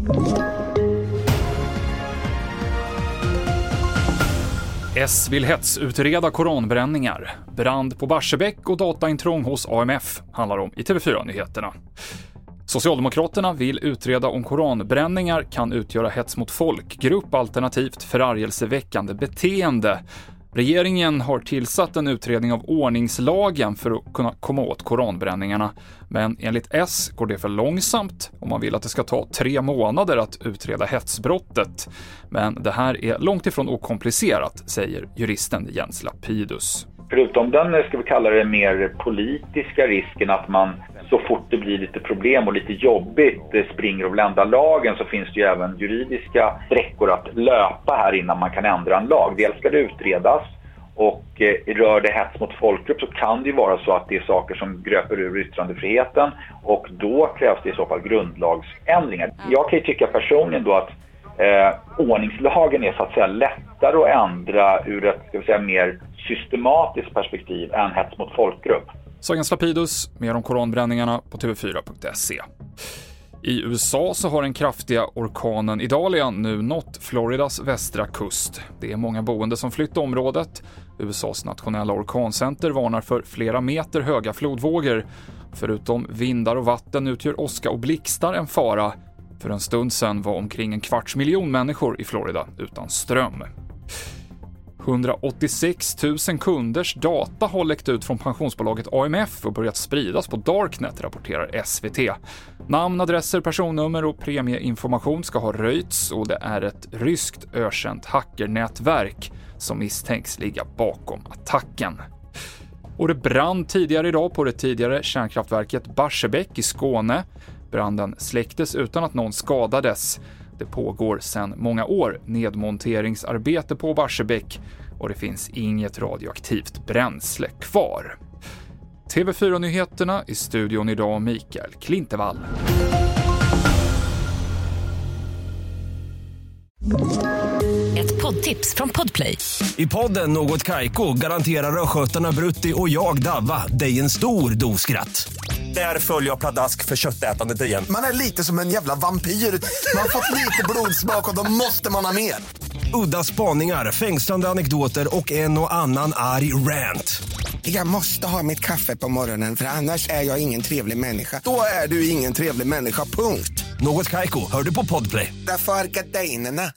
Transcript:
S vill hetsutreda koranbränningar. Brand på Barsebäck och dataintrång hos AMF handlar om i TV4-nyheterna. Socialdemokraterna vill utreda om koranbränningar kan utgöra hets mot folkgrupp alternativt förargelseväckande beteende. Regeringen har tillsatt en utredning av ordningslagen för att kunna komma åt koranbränningarna. Men enligt S går det för långsamt om man vill att det ska ta 3 månader att utreda hetsbrottet. Men det här är långt ifrån okomplicerat, säger juristen Jens Lapidus. Förutom den, ska vi kalla det, mer politiska risken att man så fort det blir lite problem och lite jobbigt springer och ländar lagen, så finns det ju även juridiska sträckor att löpa här innan man kan ändra en lag. Dels ska det utredas, och rör det hets mot folkgrupp så kan det ju vara så att det är saker som gröper ur yttrandefriheten, och då krävs det i så fall grundlagsändringar. Jag kan ju tycka personligen då att ordningslagen är så att säga lättare att ändra ur ett, ska vi säga, mer systematiskt perspektiv än hets mot folkgrupp. Så Jens Lapidus, mer om koranbränningarna på tv4.se. I USA så har den kraftiga orkanen Idalia nu nått Floridas västra kust. Det är många boende som flytt området. USAs nationella orkancenter varnar för flera meter höga flodvågor. Förutom vindar och vatten utgör åska och blixtar en fara. För en stund sedan var omkring 250 000 människor i Florida utan ström. 186 000 kunders data har läckt ut från pensionsbolaget AMF och börjat spridas på Darknet, rapporterar SVT. Namn, adresser, personnummer och premieinformation ska ha röjts, och det är ett ryskt ökänt hackernätverk som misstänks ligga bakom attacken. Och det brann tidigare idag på det tidigare kärnkraftverket Barsebäck i Skåne. Branden släcktes utan att någon skadades. Det pågår sedan många år nedmonteringsarbete på Barsebäck, och det finns inget radioaktivt bränsle kvar. TV4-nyheterna i studion idag, Mikael Klintevall. Ett poddtips från Podplay. I podden Något Kaiko garanterar röskötarna Brutti och jag Davva dig en stor doskratt. Där följer jag pladask för köttätandet igen. Man är lite som en jävla vampyr. Man har fått lite blodsmak och då måste man ha mer. Udda spaningar, fängslande anekdoter och en och annan arg rant. Jag måste ha mitt kaffe på morgonen, för annars är jag ingen trevlig människa. Då är du ingen trevlig människa, punkt. Något Kaiko, hör du på Podplay. Därför är gardinerna.